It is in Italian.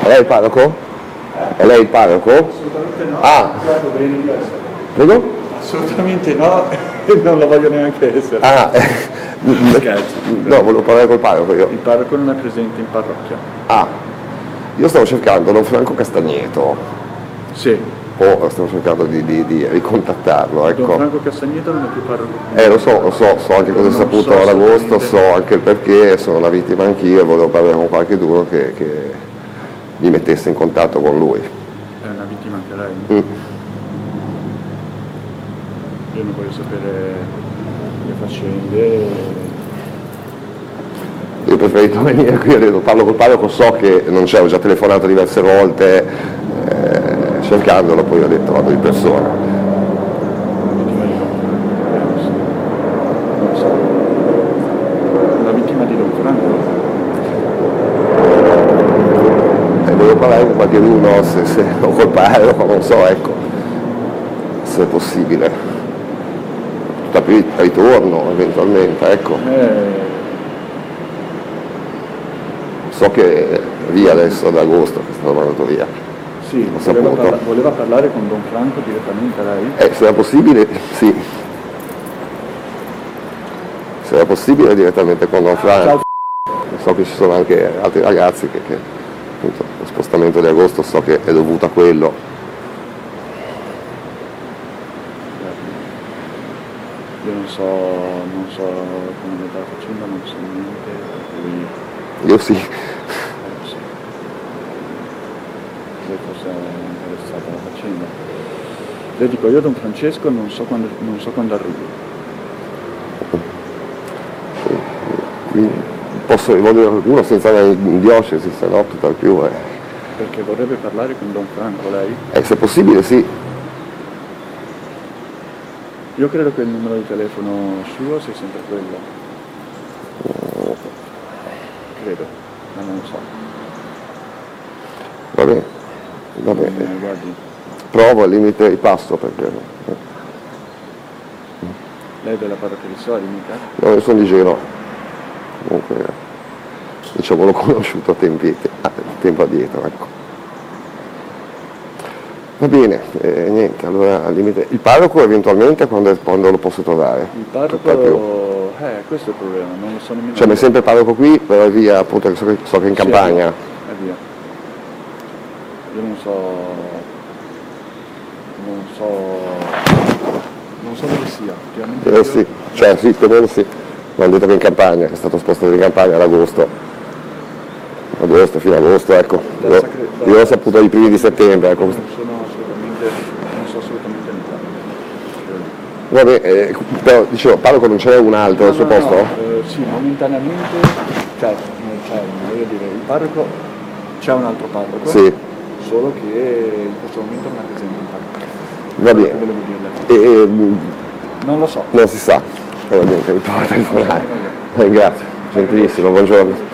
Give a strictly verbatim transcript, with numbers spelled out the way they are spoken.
È lei il parroco? È lei il parroco? Assolutamente no. Ah. Prego? Assolutamente no, e non lo voglio neanche essere. Ah, Scherzo. no, volevo parlare col parroco io. Il parroco non è presente in parrocchia. Ah, io stavo cercando Don Franco Castagneto, Sì. o stavo cercando di, di, di ricontattarlo, ecco. Don Franco Castagneto non è più parroco. Eh, lo so, lo so, so anche cosa ho Non saputo so ad agosto, assolutamente. so anche il perché, sono una vittima anch'io e volevo parlare con qualcuno che, che mi mettesse in contatto con lui. È una vittima anche lei? Mm. Io non voglio sapere le faccende. Io ho preferito venire qui, ho detto parlo col parroco, so che non c'è, ho già telefonato diverse volte, eh, cercandolo, poi ho detto vado di persona. Vittima di Don Franco? Non lo so. La vittima di Don Franco? E volevo parlare con qualcuno, se, se, o col parroco, non so, ecco, se è possibile. Tutta ritorno eventualmente, ecco. Eh, So che è via adesso ad agosto, che è stato mandato via. sì, Ho voleva, saputo. parla- voleva parlare con Don Franco direttamente lei? Eh, se era possibile, sì. Se era possibile direttamente con Don Franco. So che ci sono anche altri ragazzi che, che appunto, lo spostamento di agosto so che è dovuto a quello. Io non so, non so come andata la faccenda, non so niente, per cui Io sì. eh, sì. Lei fosse interessata alla faccenda. Le dico, io Don Francesco non so quando, non so quando arrivi. Quindi posso rivolgere a qualcuno senza andare in diocesi, se no tutt'al più. Eh. Perché vorrebbe parlare con Don Franco, lei? Eh, se possibile sì. Io credo che il numero di telefono suo sia sempre quello. Credo, ma non lo so. Va bene, va bene. Eh, guardi, Provo al limite il passo perché eh, lei è della parrocchia di Sori, mica? no, io sono di Giro. Comunque diciamo l'ho conosciuto a tempi, a tempo addietro, ecco. Va bene, eh, niente, allora al limite. Il parroco eventualmente quando, quando lo posso trovare? Il Tutt'al più. parroco, eh, questo è il problema, non lo so nemmeno. Cioè mi è io. sempre il parroco qui, però è via, appunto, che so che, so che è in Sì, campagna. È via. Io non so, non so, non so dove sia, effettivamente. Eh, io- sì, cioè sì, più o meno sì. Mi hanno detto che è in campagna, che è stato spostato in campagna ad agosto. Agosto, fino ad agosto, ecco. Da Io, Sacre- da- io l'ho saputo ai primi di settembre, ecco. Non sono assolutamente, non so assolutamente nulla. Vabbè, eh, però dicevo, parroco non c'è un altro al suo No, no, posto? no, eh, sì, momentaneamente, cioè, non c'è, voglio dire, il parroco, c'è un altro parroco, Sì, solo che in questo momento non è presente in parroco. va Quello bene. che volevo dirle. E, e, Non lo so. non si sa. Va bene, che mi provo a telefonare. Eh, grazie, gentilissimo, buongiorno.